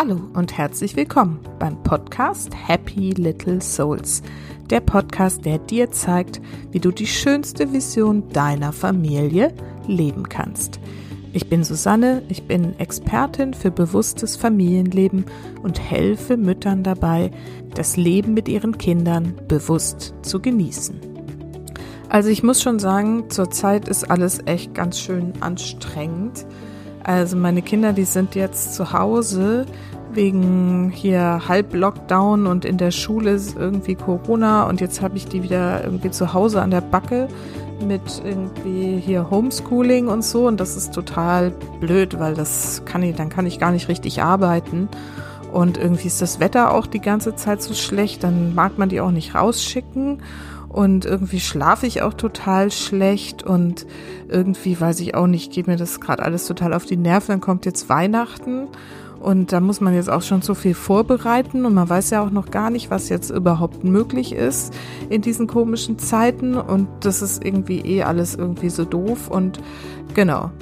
Hallo und herzlich willkommen beim Podcast Happy Little Souls. Der Podcast, der dir zeigt, wie du die schönste Vision deiner Familie leben kannst. Ich bin Susanne, ich bin Expertin für bewusstes Familienleben und helfe Müttern dabei, das Leben mit ihren Kindern bewusst zu genießen. Also ich muss schon sagen, zurzeit ist alles echt ganz schön anstrengend. Also meine Kinder, die sind jetzt zu Hause wegen hier Halb-Lockdown und in der Schule ist irgendwie Corona und jetzt habe ich die wieder irgendwie zu Hause an der Backe mit irgendwie hier Homeschooling und so und das ist total blöd, weil dann kann ich gar nicht richtig arbeiten und irgendwie ist das Wetter auch die ganze Zeit so schlecht, dann mag man die auch nicht rausschicken. Und irgendwie schlafe ich auch total schlecht und irgendwie, weiß ich auch nicht, geht mir das gerade alles total auf die Nerven. Dann kommt jetzt Weihnachten und da muss man jetzt auch schon so viel vorbereiten und man weiß ja auch noch gar nicht, was jetzt überhaupt möglich ist in diesen komischen Zeiten und das ist irgendwie alles irgendwie so doof und genau.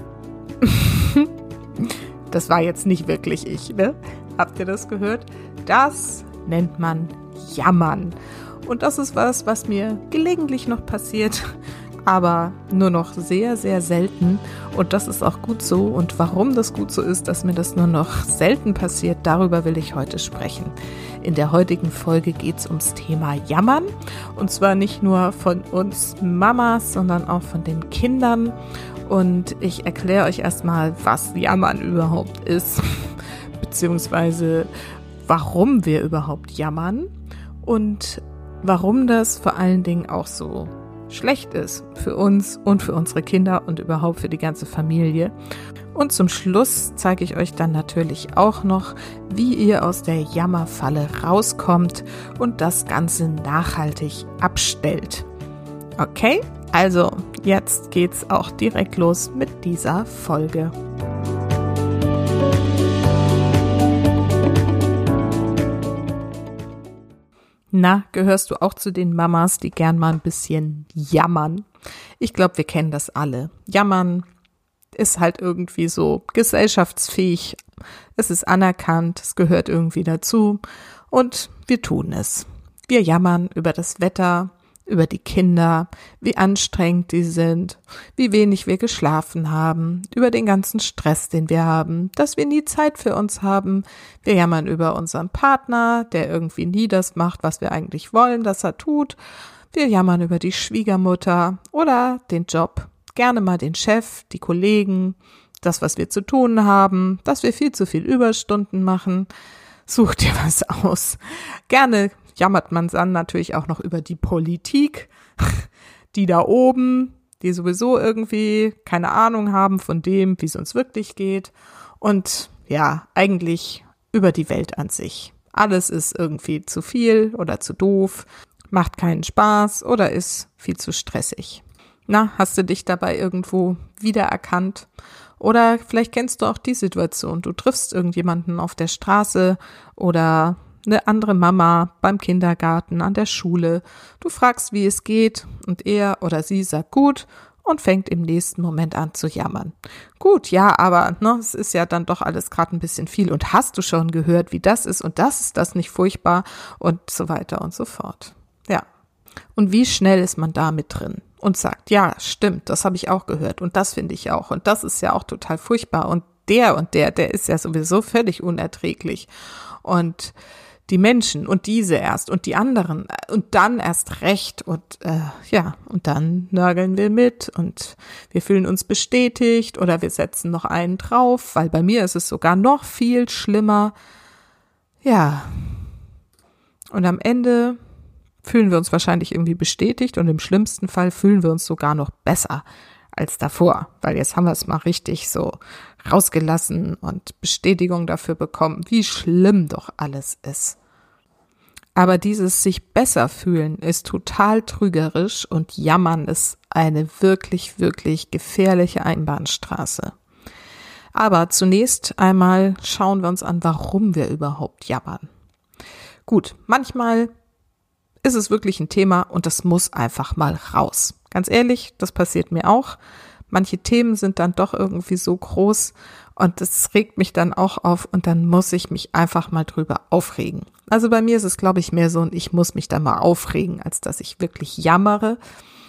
Das war jetzt nicht wirklich ich, ne? Habt ihr das gehört? Das nennt man Jammern. Und das ist was mir gelegentlich noch passiert, aber nur noch sehr, sehr selten. Und das ist auch gut so. Und warum das gut so ist, dass mir das nur noch selten passiert, darüber will ich heute sprechen. In der heutigen Folge geht es ums Thema Jammern. Und zwar nicht nur von uns Mamas, sondern auch von den Kindern. Und ich erkläre euch erstmal, was Jammern überhaupt ist, beziehungsweise warum wir überhaupt jammern und warum das vor allen Dingen auch so schlecht ist für uns und für unsere Kinder und überhaupt für die ganze Familie. Und zum Schluss zeige ich euch dann natürlich auch noch, wie ihr aus der Jammerfalle rauskommt und das Ganze nachhaltig abstellt. Okay, also jetzt geht's auch direkt los mit dieser Folge. Na, gehörst du auch zu den Mamas, die gern mal ein bisschen jammern? Ich glaube, wir kennen das alle. Jammern ist halt irgendwie so gesellschaftsfähig. Es ist anerkannt, es gehört irgendwie dazu und wir tun es. Wir jammern über das Wetter, über die Kinder, wie anstrengend die sind, wie wenig wir geschlafen haben, über den ganzen Stress, den wir haben, dass wir nie Zeit für uns haben. Wir jammern über unseren Partner, der irgendwie nie das macht, was wir eigentlich wollen, dass er tut. Wir jammern über die Schwiegermutter oder den Job, gerne mal den Chef, die Kollegen, das, was wir zu tun haben, dass wir viel zu viel Überstunden machen. Such dir was aus. Gerne jammert man dann natürlich auch noch über die Politik, die da oben, die sowieso irgendwie keine Ahnung haben von dem, wie es uns wirklich geht und ja, eigentlich über die Welt an sich. Alles ist irgendwie zu viel oder zu doof, macht keinen Spaß oder ist viel zu stressig. Na, hast du dich dabei irgendwo wiedererkannt? Oder vielleicht kennst du auch die Situation, du triffst irgendjemanden auf der Straße oder eine andere Mama beim Kindergarten, an der Schule. Du fragst, wie es geht und er oder sie sagt gut und fängt im nächsten Moment an zu jammern. Gut, ja, aber es ist ja dann doch alles gerade ein bisschen viel und hast du schon gehört, wie das ist und das ist das nicht furchtbar und so weiter und so fort. Ja, und wie schnell ist man da mit drin und sagt, ja, stimmt, das habe ich auch gehört und das finde ich auch und das ist ja auch total furchtbar und der ist ja sowieso völlig unerträglich und die Menschen und diese erst und die anderen und dann erst recht und und dann nörgeln wir mit und wir fühlen uns bestätigt oder wir setzen noch einen drauf, weil bei mir ist es sogar noch viel schlimmer. Ja, und am Ende fühlen wir uns wahrscheinlich irgendwie bestätigt und im schlimmsten Fall fühlen wir uns sogar noch besser als davor, weil jetzt haben wir es mal richtig so rausgelassen und Bestätigung dafür bekommen, wie schlimm doch alles ist. Aber dieses sich besser fühlen ist total trügerisch und Jammern ist eine wirklich, wirklich gefährliche Einbahnstraße. Aber zunächst einmal schauen wir uns an, warum wir überhaupt jammern. Gut, manchmal ist es wirklich ein Thema und das muss einfach mal raus. Ganz ehrlich, das passiert mir auch. Manche Themen sind dann doch irgendwie so groß Und das regt mich dann auch auf und dann muss ich mich einfach mal drüber aufregen. Also bei mir ist es, glaube ich, mehr so ein ich muss mich da mal aufregen, als dass ich wirklich jammere.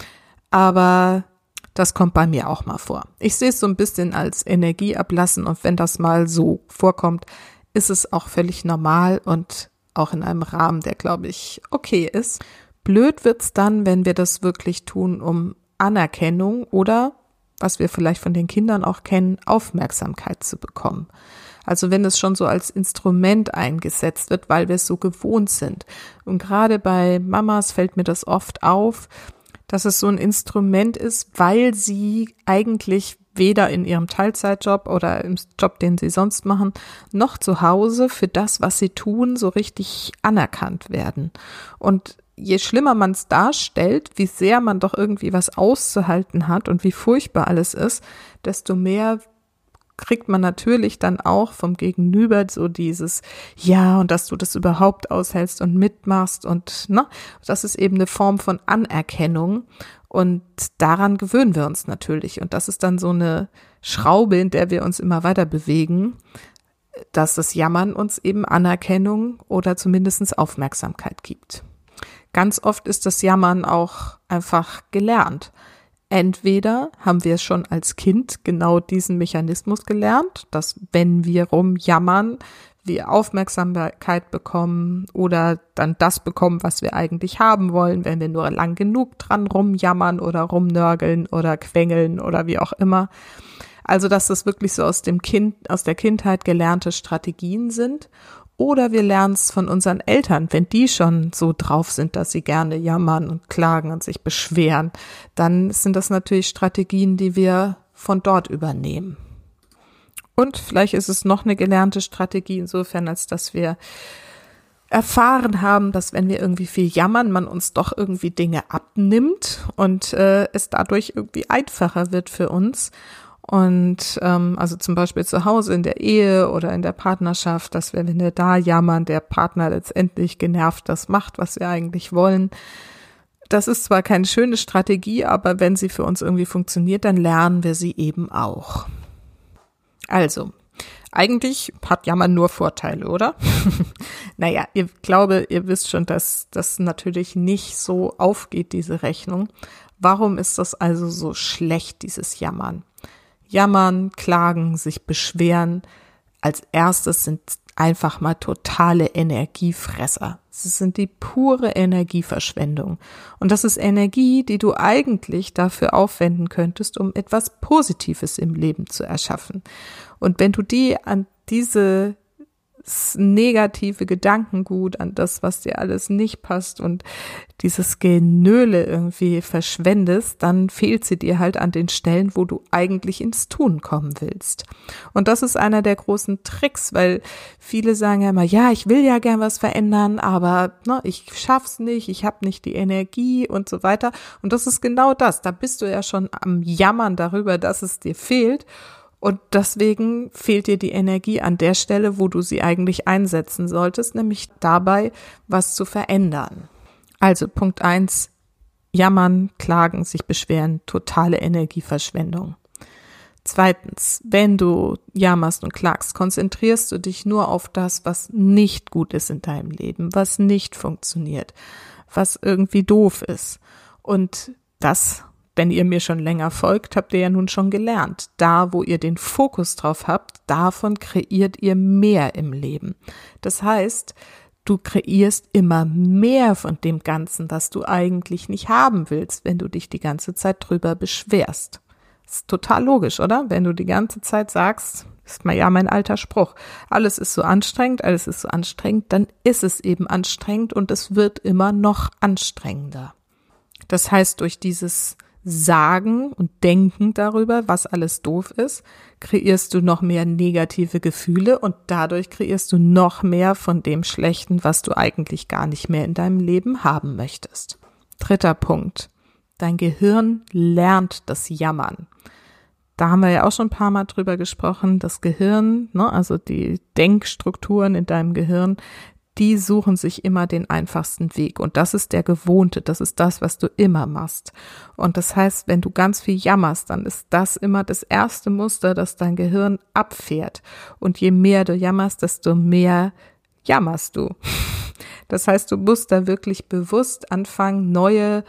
Aber das kommt bei mir auch mal vor. Ich sehe es so ein bisschen als Energie ablassen und wenn das mal so vorkommt, ist es auch völlig normal und auch in einem Rahmen, der, glaube ich, okay ist. Blöd wird's dann, wenn wir das wirklich tun, um Anerkennung oder, was wir vielleicht von den Kindern auch kennen, Aufmerksamkeit zu bekommen. Also wenn es schon so als Instrument eingesetzt wird, weil wir es so gewohnt sind. Und gerade bei Mamas fällt mir das oft auf, dass es so ein Instrument ist, weil sie eigentlich weder in ihrem Teilzeitjob oder im Job, den sie sonst machen, noch zu Hause für das, was sie tun, so richtig anerkannt werden. Und je schlimmer man es darstellt, wie sehr man doch irgendwie was auszuhalten hat und wie furchtbar alles ist, desto mehr kriegt man natürlich dann auch vom Gegenüber so dieses, ja, und dass du das überhaupt aushältst und mitmachst und das ist eben eine Form von Anerkennung und daran gewöhnen wir uns natürlich und das ist dann so eine Schraube, in der wir uns immer weiter bewegen, dass das Jammern uns eben Anerkennung oder zumindest Aufmerksamkeit gibt. Ganz oft ist das Jammern auch einfach gelernt. Entweder haben wir es schon als Kind genau diesen Mechanismus gelernt, dass wenn wir rumjammern, wir Aufmerksamkeit bekommen oder dann das bekommen, was wir eigentlich haben wollen, wenn wir nur lang genug dran rumjammern oder rumnörgeln oder quengeln oder wie auch immer. Also dass das wirklich so aus der Kindheit gelernte Strategien sind. Oder wir lernen es von unseren Eltern, wenn die schon so drauf sind, dass sie gerne jammern und klagen und sich beschweren, dann sind das natürlich Strategien, die wir von dort übernehmen. Und vielleicht ist es noch eine gelernte Strategie insofern, als dass wir erfahren haben, dass wenn wir irgendwie viel jammern, man uns doch irgendwie Dinge abnimmt und es dadurch irgendwie einfacher wird für uns. Und also zum Beispiel zu Hause in der Ehe oder in der Partnerschaft, dass wir, wenn wir da jammern, der Partner letztendlich genervt das macht, was wir eigentlich wollen. Das ist zwar keine schöne Strategie, aber wenn sie für uns irgendwie funktioniert, dann lernen wir sie eben auch. Also, eigentlich hat Jammern nur Vorteile, oder? Naja, ihr wisst schon, dass das natürlich nicht so aufgeht, diese Rechnung. Warum ist das also so schlecht, dieses Jammern? Jammern, klagen, sich beschweren, als erstes sind einfach mal totale Energiefresser. Es sind die pure Energieverschwendung. Und das ist Energie, die du eigentlich dafür aufwenden könntest, um etwas Positives im Leben zu erschaffen. Und wenn du die an diese negative Gedankengut, an das, was dir alles nicht passt und dieses Genöle irgendwie verschwendest, dann fehlt sie dir halt an den Stellen, wo du eigentlich ins Tun kommen willst. Und das ist einer der großen Tricks, weil viele sagen ja immer, ja, ich will ja gern was verändern, aber ich schaff's nicht, ich habe nicht die Energie und so weiter. Und das ist genau das, da bist du ja schon am Jammern darüber, dass es dir fehlt. Und deswegen fehlt dir die Energie an der Stelle, wo du sie eigentlich einsetzen solltest, nämlich dabei, was zu verändern. Also Punkt 1, jammern, klagen, sich beschweren, totale Energieverschwendung. Zweitens, wenn du jammerst und klagst, konzentrierst du dich nur auf das, was nicht gut ist in deinem Leben, was nicht funktioniert, was irgendwie doof ist. Und das, wenn ihr mir schon länger folgt, habt ihr ja nun schon gelernt. Da, wo ihr den Fokus drauf habt, davon kreiert ihr mehr im Leben. Das heißt, du kreierst immer mehr von dem Ganzen, was du eigentlich nicht haben willst, wenn du dich die ganze Zeit drüber beschwerst. Das ist total logisch, oder? Wenn du die ganze Zeit sagst, ist mal ja mein alter Spruch, alles ist so anstrengend, dann ist es eben anstrengend und es wird immer noch anstrengender. Das heißt, durch dieses Sagen und Denken darüber, was alles doof ist, kreierst du noch mehr negative Gefühle und dadurch kreierst du noch mehr von dem Schlechten, was du eigentlich gar nicht mehr in deinem Leben haben möchtest. Dritter Punkt. Dein Gehirn lernt das Jammern. Da haben wir ja auch schon ein paar Mal drüber gesprochen. Das Gehirn, also die Denkstrukturen in deinem Gehirn, die suchen sich immer den einfachsten Weg. Und das ist der gewohnte, das ist das, was du immer machst. Und das heißt, wenn du ganz viel jammerst, dann ist das immer das erste Muster, das dein Gehirn abfährt. Und je mehr du jammerst, desto mehr jammerst du. Das heißt, du musst da wirklich bewusst anfangen, neue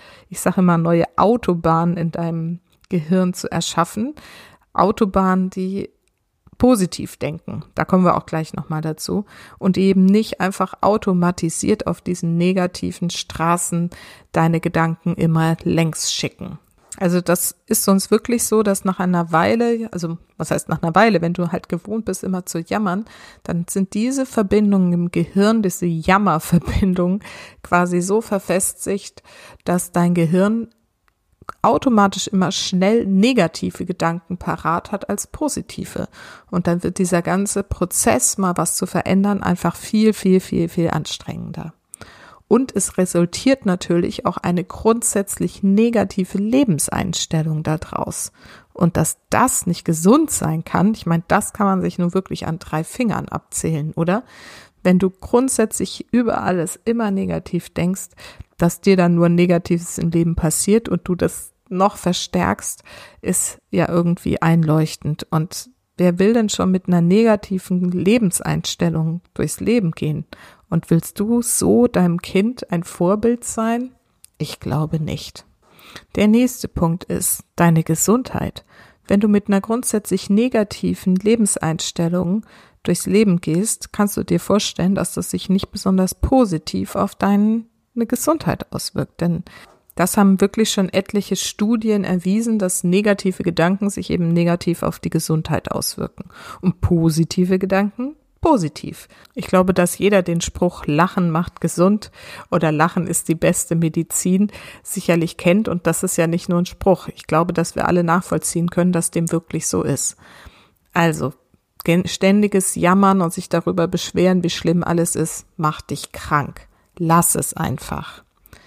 Autobahnen in deinem Gehirn zu erschaffen. Autobahnen, die positiv denken. Da kommen wir auch gleich nochmal dazu. Und eben nicht einfach automatisiert auf diesen negativen Straßen deine Gedanken immer längs schicken. Also das ist sonst wirklich so, dass nach einer Weile, also was heißt nach einer Weile, wenn du halt gewohnt bist, immer zu jammern, dann sind diese Verbindungen im Gehirn, diese Jammerverbindungen quasi so verfestigt, dass dein Gehirn automatisch immer schnell negative Gedanken parat hat als positive. Und dann wird dieser ganze Prozess, mal was zu verändern, einfach viel, viel, viel, viel anstrengender. Und es resultiert natürlich auch eine grundsätzlich negative Lebenseinstellung daraus. Und dass das nicht gesund sein kann, ich meine, das kann man sich nun wirklich an 3 Fingern abzählen, oder? Wenn du grundsätzlich über alles immer negativ denkst, dass dir dann nur Negatives im Leben passiert und du das noch verstärkst, ist ja irgendwie einleuchtend. Und wer will denn schon mit einer negativen Lebenseinstellung durchs Leben gehen? Und willst du so deinem Kind ein Vorbild sein? Ich glaube nicht. Der nächste Punkt ist deine Gesundheit. Wenn du mit einer grundsätzlich negativen Lebenseinstellung durchs Leben gehst, kannst du dir vorstellen, dass das sich nicht besonders positiv auf deine Gesundheit auswirkt. Denn das haben wirklich schon etliche Studien erwiesen, dass negative Gedanken sich eben negativ auf die Gesundheit auswirken. Und positive Gedanken positiv. Ich glaube, dass jeder den Spruch Lachen macht gesund oder Lachen ist die beste Medizin sicherlich kennt. Und das ist ja nicht nur ein Spruch. Ich glaube, dass wir alle nachvollziehen können, dass dem wirklich so ist. Also ständiges Jammern und sich darüber beschweren, wie schlimm alles ist, macht dich krank. Lass es einfach.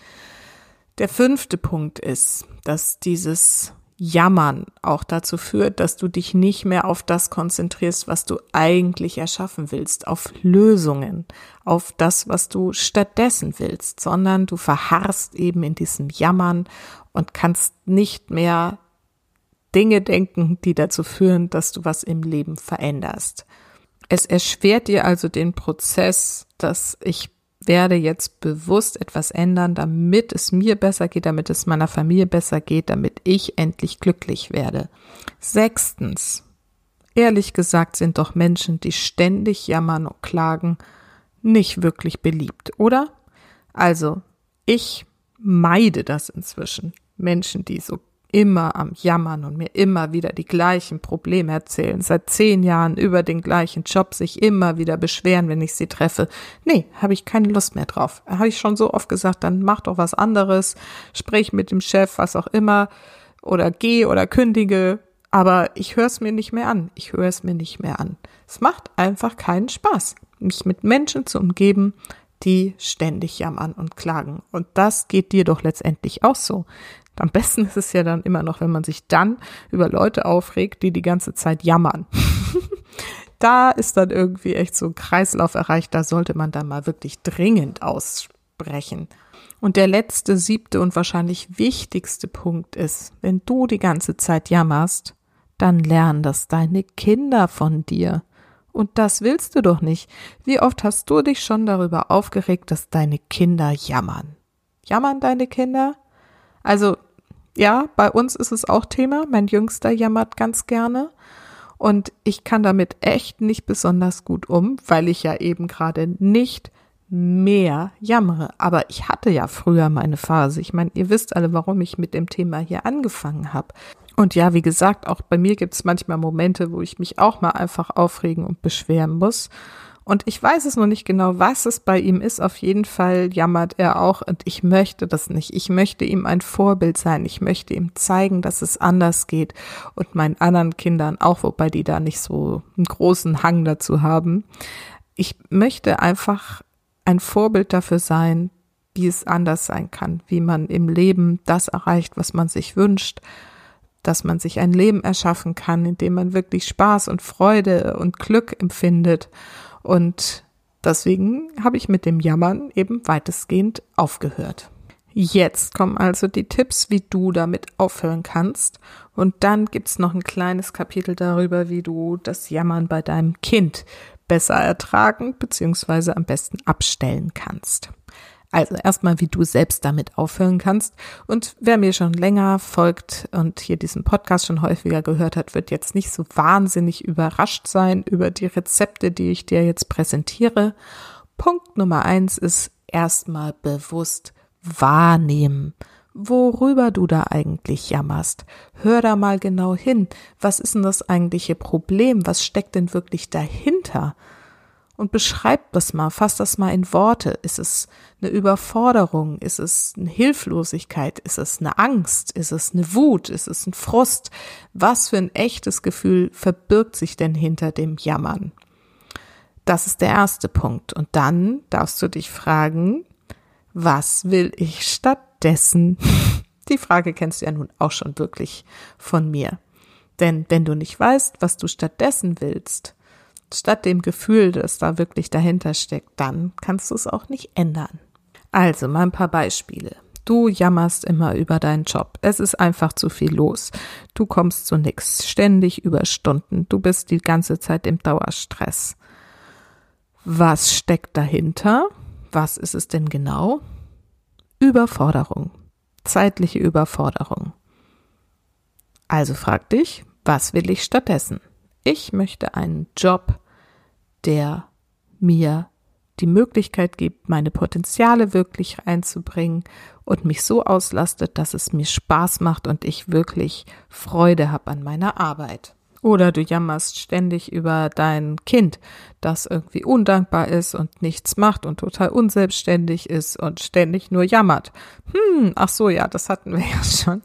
Der 5. Punkt ist, dass dieses Jammern auch dazu führt, dass du dich nicht mehr auf das konzentrierst, was du eigentlich erschaffen willst, auf Lösungen, auf das, was du stattdessen willst, sondern du verharrst eben in diesem Jammern und kannst nicht mehr Dinge denken, die dazu führen, dass du was im Leben veränderst. Es erschwert dir also den Prozess, dass ich werde jetzt bewusst etwas ändern, damit es mir besser geht, damit es meiner Familie besser geht, damit ich endlich glücklich werde. 6. Ehrlich gesagt sind doch Menschen, die ständig jammern und klagen, nicht wirklich beliebt, oder? Also, ich meide das inzwischen. Menschen, die so immer am Jammern und mir immer wieder die gleichen Probleme erzählen, seit 10 Jahren über den gleichen Job sich immer wieder beschweren, wenn ich sie treffe. Nee, habe ich keine Lust mehr drauf. Habe ich schon so oft gesagt, dann mach doch was anderes, sprich mit dem Chef, was auch immer, oder geh oder kündige, aber ich höre es mir nicht mehr an. Es macht einfach keinen Spaß, mich mit Menschen zu umgeben, die ständig jammern und klagen. Und das geht dir doch letztendlich auch so. Am besten ist es ja dann immer noch, wenn man sich dann über Leute aufregt, die die ganze Zeit jammern. Da ist dann irgendwie echt so ein Kreislauf erreicht, da sollte man dann mal wirklich dringend aussprechen. Und der letzte, 7. und wahrscheinlich wichtigste Punkt ist, wenn du die ganze Zeit jammerst, dann lernen das deine Kinder von dir. Und das willst du doch nicht. Wie oft hast du dich schon darüber aufgeregt, dass deine Kinder jammern? Jammern deine Kinder? Also ja, bei uns ist es auch Thema. Mein Jüngster jammert ganz gerne und ich kann damit echt nicht besonders gut weil ich ja eben gerade nicht mehr jammere. Aber ich hatte ja früher meine Phase. Ich meine, ihr wisst alle, warum ich mit dem Thema hier angefangen habe. Und ja, wie gesagt, auch bei mir gibt es manchmal Momente, wo ich mich auch mal einfach aufregen und beschweren muss. Und ich weiß es noch nicht genau, was es bei ihm ist. Auf jeden Fall jammert er auch und ich möchte das nicht. Ich möchte ihm ein Vorbild sein. Ich möchte ihm zeigen, dass es anders geht und meinen anderen Kindern auch, wobei die da nicht so einen großen Hang dazu haben. Ich möchte einfach ein Vorbild dafür sein, wie es anders sein kann, wie man im Leben das erreicht, was man sich wünscht, dass man sich ein Leben erschaffen kann, in dem man wirklich Spaß und Freude und Glück empfindet. Und Deswegen habe ich mit dem Jammern eben weitestgehend aufgehört. Jetzt kommen also die Tipps, wie du damit aufhören kannst. Und dann gibt's noch ein kleines Kapitel darüber, wie du das Jammern bei deinem Kind besser ertragen bzw. am besten abstellen kannst. Also erstmal, wie du selbst damit aufhören kannst. Und wer mir schon länger folgt und hier diesen Podcast schon häufiger gehört hat, wird jetzt nicht so wahnsinnig überrascht sein über die Rezepte, die ich dir jetzt präsentiere. Punkt Nummer 1 ist erstmal bewusst wahrnehmen, worüber du da eigentlich jammerst. Hör da mal genau hin. Was ist denn das eigentliche Problem? Was steckt denn wirklich dahinter? Und beschreib das mal, fass das mal in Worte. Ist es eine Überforderung? Ist es eine Hilflosigkeit? Ist es eine Angst? Ist es eine Wut? Ist es ein Frust? Was für ein echtes Gefühl verbirgt sich denn hinter dem Jammern? Das ist der erste Punkt. Und dann darfst du dich fragen, was will ich stattdessen? Die Frage kennst du ja nun auch schon wirklich von mir. Denn wenn du nicht weißt, was du stattdessen willst, statt dem Gefühl, das da wirklich dahinter steckt, dann kannst du es auch nicht ändern. Also mal ein paar Beispiele. Du jammerst immer über deinen Job. Es ist einfach zu viel los. Du kommst zu nichts, ständig Überstunden. Du bist die ganze Zeit im Dauerstress. Was steckt dahinter? Was ist es denn genau? Überforderung, zeitliche Überforderung. Also frag dich, was will ich stattdessen? Ich möchte einen Job, der mir die Möglichkeit gibt, meine Potenziale wirklich einzubringen und mich so auslastet, dass es mir Spaß macht und ich wirklich Freude habe an meiner Arbeit. Oder du jammerst ständig über dein Kind, das irgendwie undankbar ist und nichts macht und total unselbstständig ist und ständig nur jammert. Ach so, ja, das hatten wir ja schon.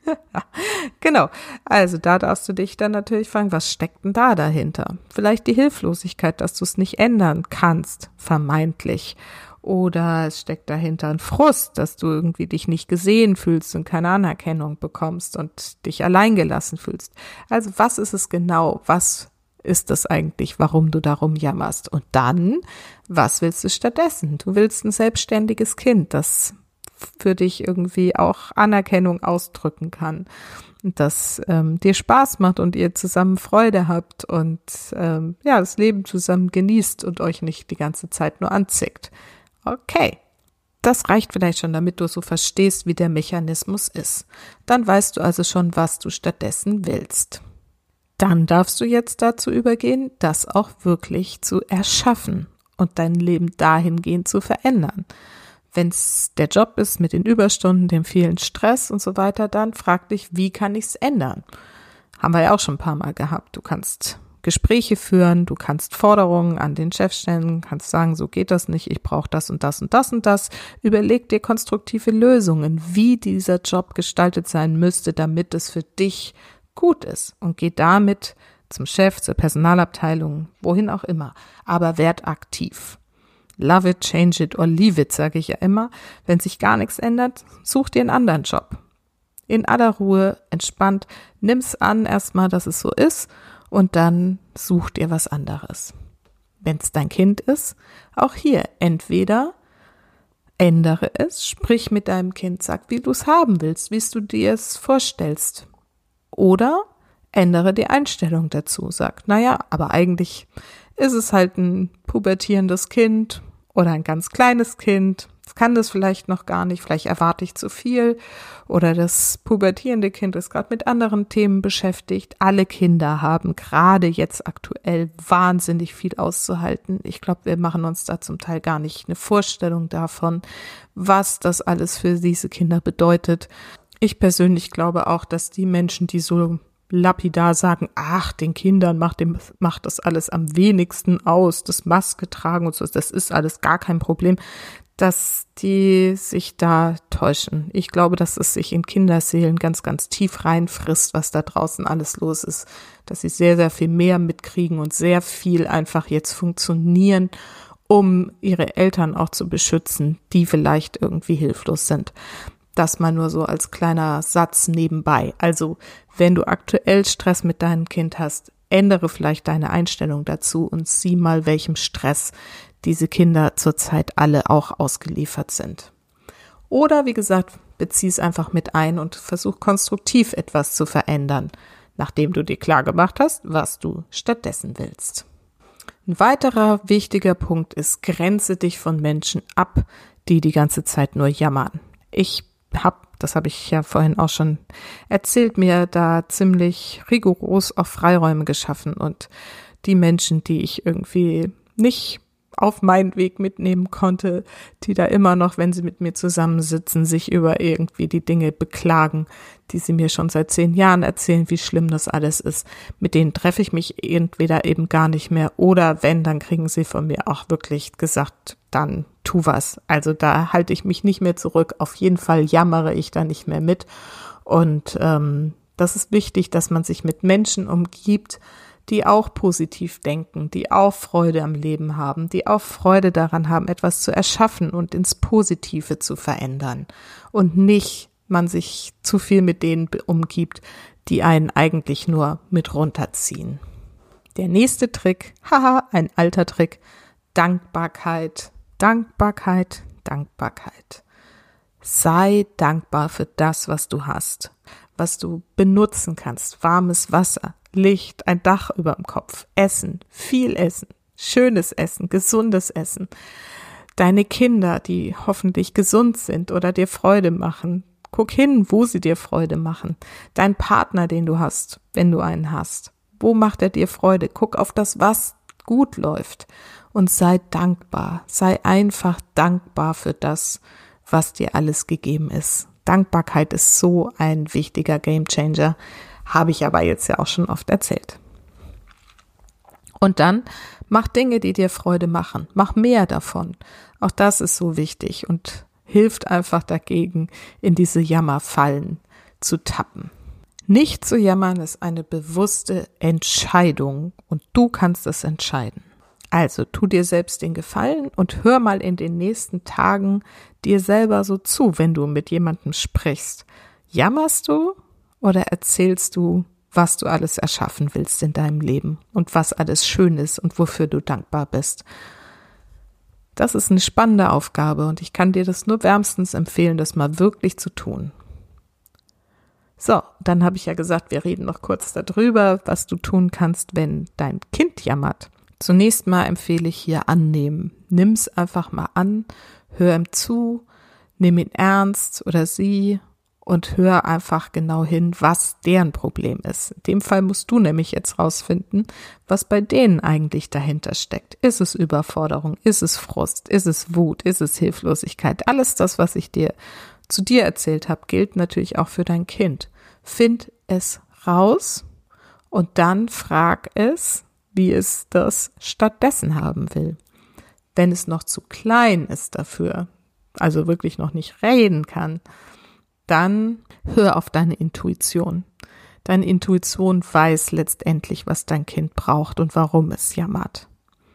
Genau, also da darfst du dich dann natürlich fragen, was steckt denn da dahinter? Vielleicht die Hilflosigkeit, dass du es nicht ändern kannst, vermeintlich. Oder es steckt dahinter ein Frust, dass du irgendwie dich nicht gesehen fühlst und keine Anerkennung bekommst und dich alleingelassen fühlst. Also was ist es genau? Was ist es eigentlich, warum du darum jammerst? Und dann, was willst du stattdessen? Du willst ein selbstständiges Kind, das für dich irgendwie auch Anerkennung ausdrücken kann, das dir Spaß macht und ihr zusammen Freude habt und das Leben zusammen genießt und euch nicht die ganze Zeit nur anzickt. Okay, das reicht vielleicht schon, damit du so verstehst, wie der Mechanismus ist. Dann weißt du also schon, was du stattdessen willst. Dann darfst du jetzt dazu übergehen, das auch wirklich zu erschaffen und dein Leben dahingehend zu verändern. Wenn es der Job ist mit den Überstunden, dem vielen Stress und so weiter, dann frag dich, wie kann ich es ändern? Haben wir ja auch schon ein paar Mal gehabt. Du kannst Gespräche führen, du kannst Forderungen an den Chef stellen, kannst sagen, so geht das nicht, ich brauche das und das und das und das. Überleg dir konstruktive Lösungen, wie dieser Job gestaltet sein müsste, damit es für dich gut ist. Und geh damit zum Chef, zur Personalabteilung, wohin auch immer. Aber werd aktiv. Love it, change it or leave it, sage ich ja immer. Wenn sich gar nichts ändert, such dir einen anderen Job. In aller Ruhe, entspannt, nimm's an erstmal, dass es so ist und dann such dir was anderes. Wenn es dein Kind ist, auch hier entweder ändere es, sprich mit deinem Kind, sag, wie du es haben willst, wie du dir es vorstellst. Oder ändere die Einstellung dazu, sag, naja, aber eigentlich ist es halt ein pubertierendes Kind oder ein ganz kleines Kind. Es kann das vielleicht noch gar nicht, vielleicht erwarte ich zu viel. Oder das pubertierende Kind ist gerade mit anderen Themen beschäftigt. Alle Kinder haben gerade jetzt aktuell wahnsinnig viel auszuhalten. Ich glaube, wir machen uns da zum Teil gar nicht eine Vorstellung davon, was das alles für diese Kinder bedeutet. Ich persönlich glaube auch, dass die Menschen, die so lapidar sagen, ach, den Kindern macht das alles am wenigsten aus, das Maske tragen und so, das ist alles gar kein Problem, dass die sich da täuschen. Ich glaube, dass es sich in Kinderseelen ganz, ganz tief reinfrisst, was da draußen alles los ist, dass sie sehr, sehr viel mehr mitkriegen und sehr viel einfach jetzt funktionieren, um ihre Eltern auch zu beschützen, die vielleicht irgendwie hilflos sind. Das mal nur so als kleiner Satz nebenbei. Also, wenn du aktuell Stress mit deinem Kind hast, ändere vielleicht deine Einstellung dazu und sieh mal, welchem Stress diese Kinder zurzeit alle auch ausgeliefert sind. Oder wie gesagt, bezieh es einfach mit ein und versuch konstruktiv etwas zu verändern, nachdem du dir klar gemacht hast, was du stattdessen willst. Ein weiterer wichtiger Punkt ist, grenze dich von Menschen ab, die die ganze Zeit nur jammern. Das habe ich ja vorhin auch schon erzählt, mir da ziemlich rigoros auch Freiräume geschaffen und die Menschen, die ich irgendwie nicht auf meinen Weg mitnehmen konnte, die da immer noch, wenn sie mit mir zusammensitzen, sich über irgendwie die Dinge beklagen, die sie mir schon seit 10 Jahren erzählen, wie schlimm das alles ist. Mit denen treffe ich mich entweder eben gar nicht mehr oder wenn, dann kriegen sie von mir auch wirklich gesagt, dann tu was. Also da halte ich mich nicht mehr zurück. Auf jeden Fall jammere ich da nicht mehr mit. Und das ist wichtig, dass man sich mit Menschen umgibt, die auch positiv denken, die auch Freude am Leben haben, die auch Freude daran haben, etwas zu erschaffen und ins Positive zu verändern und nicht man sich zu viel mit denen umgibt, die einen eigentlich nur mit runterziehen. Der nächste Trick, ein alter Trick, Dankbarkeit, Dankbarkeit, Dankbarkeit. Sei dankbar für das, was du hast, was du benutzen kannst, warmes Wasser, Licht, ein Dach über dem Kopf, Essen, viel Essen, schönes Essen, gesundes Essen. Deine Kinder, die hoffentlich gesund sind oder dir Freude machen. Guck hin, wo sie dir Freude machen. Dein Partner, den du hast, wenn du einen hast. Wo macht er dir Freude? Guck auf das, was gut läuft und sei dankbar. Sei einfach dankbar für das, was dir alles gegeben ist. Dankbarkeit ist so ein wichtiger Gamechanger. Habe ich aber jetzt ja auch schon oft erzählt. Und dann mach Dinge, die dir Freude machen. Mach mehr davon. Auch das ist so wichtig und hilft einfach dagegen, in diese Jammerfallen zu tappen. Nicht zu jammern ist eine bewusste Entscheidung und du kannst es entscheiden. Also tu dir selbst den Gefallen und hör mal in den nächsten Tagen dir selber so zu, wenn du mit jemandem sprichst. Jammerst du? Oder erzählst du, was du alles erschaffen willst in deinem Leben und was alles schön ist und wofür du dankbar bist? Das ist eine spannende Aufgabe und ich kann dir das nur wärmstens empfehlen, das mal wirklich zu tun. So, dann habe ich ja gesagt, wir reden noch kurz darüber, was du tun kannst, wenn dein Kind jammert. Zunächst mal empfehle ich hier annehmen. Nimm's einfach mal an, hör ihm zu, nimm ihn ernst oder sie und hör einfach genau hin, was deren Problem ist. In dem Fall musst du nämlich jetzt rausfinden, was bei denen eigentlich dahinter steckt. Ist es Überforderung? Ist es Frust? Ist es Wut? Ist es Hilflosigkeit? Alles das, was ich dir zu dir erzählt habe, gilt natürlich auch für dein Kind. Find es raus und dann frag es, wie es das stattdessen haben will. Wenn es noch zu klein ist dafür, also wirklich noch nicht reden kann, dann hör auf deine Intuition. Deine Intuition weiß letztendlich, was dein Kind braucht und warum es jammert.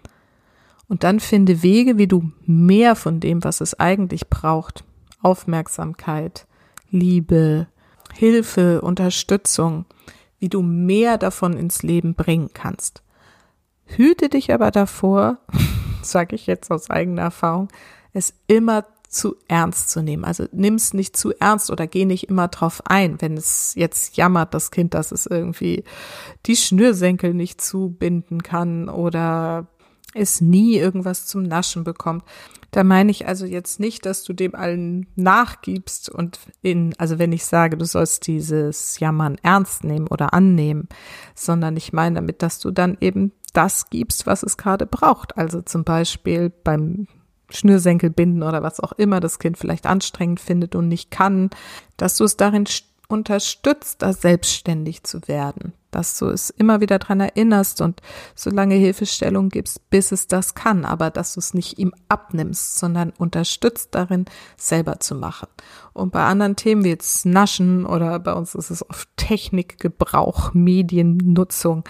Und dann finde Wege, wie du mehr von dem, was es eigentlich braucht, Aufmerksamkeit, Liebe, Hilfe, Unterstützung, wie du mehr davon ins Leben bringen kannst. Hüte dich aber davor, sage ich jetzt aus eigener Erfahrung, es immer zu ernst zu nehmen. Also nimm es nicht zu ernst oder geh nicht immer drauf ein, wenn es jetzt jammert, das Kind, dass es irgendwie die Schnürsenkel nicht zubinden kann oder es nie irgendwas zum Naschen bekommt. Da meine ich also jetzt nicht, dass du dem allen nachgibst und also wenn ich sage, du sollst dieses Jammern ernst nehmen oder annehmen, sondern ich meine damit, dass du dann eben das gibst, was es gerade braucht. Also zum Beispiel beim Schnürsenkel binden oder was auch immer das Kind vielleicht anstrengend findet und nicht kann, dass du es darin unterstützt, da selbstständig zu werden, dass du es immer wieder dran erinnerst und so lange Hilfestellung gibst, bis es das kann, aber dass du es nicht ihm abnimmst, sondern unterstützt darin, selber zu machen. Und bei anderen Themen wie jetzt Naschen oder bei uns ist es oft Technikgebrauch, Mediennutzung,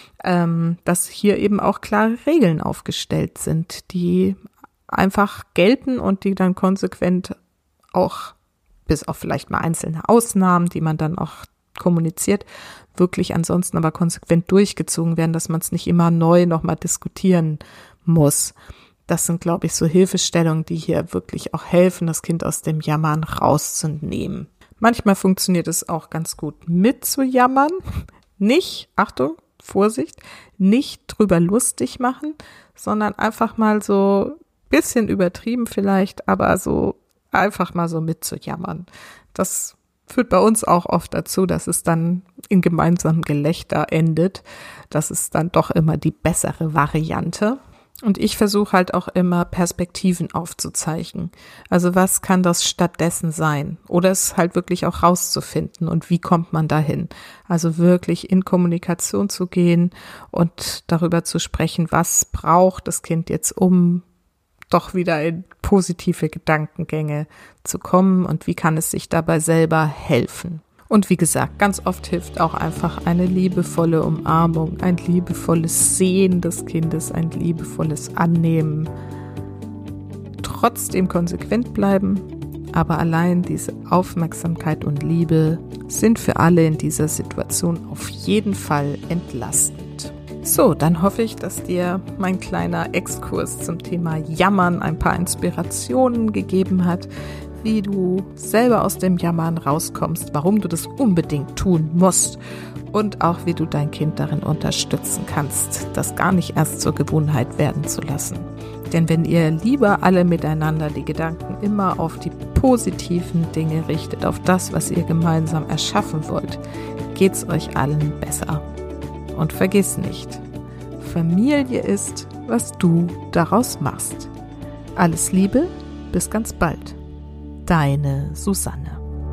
dass hier eben auch klare Regeln aufgestellt sind, die einfach gelten und die dann konsequent auch, bis auf vielleicht mal einzelne Ausnahmen, die man dann auch kommuniziert, wirklich ansonsten aber konsequent durchgezogen werden, dass man es nicht immer neu nochmal diskutieren muss. Das sind, glaube ich, so Hilfestellungen, die hier wirklich auch helfen, das Kind aus dem Jammern rauszunehmen. Manchmal funktioniert es auch ganz gut mitzujammern. Nicht, Achtung, Vorsicht, nicht drüber lustig machen, sondern einfach mal so ein bisschen übertrieben vielleicht, aber so einfach mal so mitzujammern. Das führt bei uns auch oft dazu, dass es dann in gemeinsamem Gelächter endet. Das ist dann doch immer die bessere Variante. Und ich versuche halt auch immer Perspektiven aufzuzeichnen. Also was kann das stattdessen sein? Oder es halt wirklich auch rauszufinden und wie kommt man dahin? Also wirklich in Kommunikation zu gehen und darüber zu sprechen, was braucht das Kind jetzt, um doch wieder in positive Gedankengänge zu kommen und wie kann es sich dabei selber helfen. Und wie gesagt, ganz oft hilft auch einfach eine liebevolle Umarmung, ein liebevolles Sehen des Kindes, ein liebevolles Annehmen. Trotzdem konsequent bleiben, aber allein diese Aufmerksamkeit und Liebe sind für alle in dieser Situation auf jeden Fall entlastend. So, dann hoffe ich, dass dir mein kleiner Exkurs zum Thema Jammern ein paar Inspirationen gegeben hat, wie du selber aus dem Jammern rauskommst, warum du das unbedingt tun musst und auch wie du dein Kind darin unterstützen kannst, das gar nicht erst zur Gewohnheit werden zu lassen. Denn wenn ihr lieber alle miteinander die Gedanken immer auf die positiven Dinge richtet, auf das, was ihr gemeinsam erschaffen wollt, geht's euch allen besser. Und vergiss nicht, Familie ist, was du daraus machst. Alles Liebe, bis ganz bald. Deine Susanne.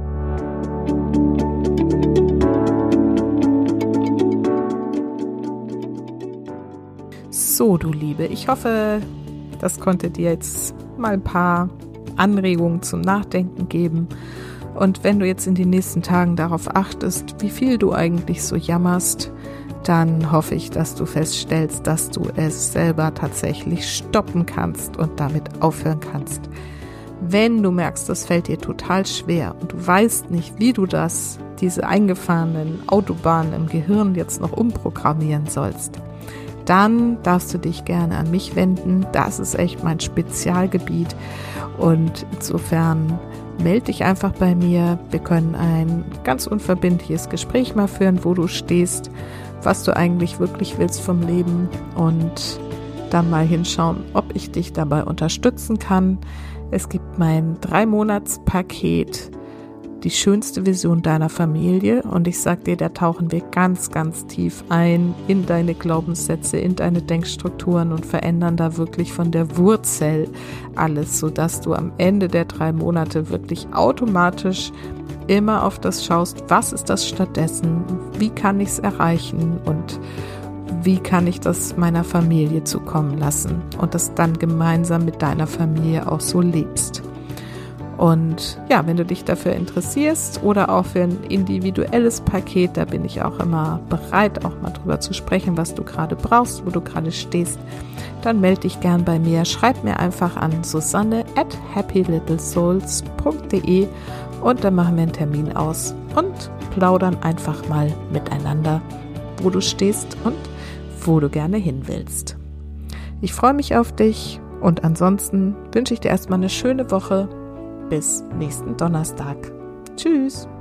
So, du Liebe, ich hoffe, das konnte dir jetzt mal ein paar Anregungen zum Nachdenken geben. Und wenn du jetzt in den nächsten Tagen darauf achtest, wie viel du eigentlich so jammerst, dann hoffe ich, dass du feststellst, dass du es selber tatsächlich stoppen kannst und damit aufhören kannst. Wenn du merkst, das fällt dir total schwer und du weißt nicht, wie du diese eingefahrenen Autobahnen im Gehirn jetzt noch umprogrammieren sollst, dann darfst du dich gerne an mich wenden. Das ist echt mein Spezialgebiet und insofern melde dich einfach bei mir. Wir können ein ganz unverbindliches Gespräch mal führen, wo du stehst, was du eigentlich wirklich willst vom Leben und dann mal hinschauen, ob ich dich dabei unterstützen kann. Es gibt mein 3-Monats-Paket, die schönste Vision deiner Familie und ich sag dir, da tauchen wir ganz, ganz tief ein in deine Glaubenssätze, in deine Denkstrukturen und verändern da wirklich von der Wurzel alles, sodass du am Ende der 3 Monate wirklich automatisch immer auf das schaust, was ist das stattdessen, wie kann ich es erreichen und wie kann ich das meiner Familie zukommen lassen und das dann gemeinsam mit deiner Familie auch so lebst. Und ja, wenn du dich dafür interessierst oder auch für ein individuelles Paket, da bin ich auch immer bereit, auch mal drüber zu sprechen, was du gerade brauchst, wo du gerade stehst, dann melde dich gern bei mir. Schreib mir einfach an susanne@happylittlesouls.de und dann machen wir einen Termin aus und plaudern einfach mal miteinander, wo du stehst und wo du gerne hin willst. Ich freue mich auf dich und ansonsten wünsche ich dir erstmal eine schöne Woche. Bis nächsten Donnerstag. Tschüss.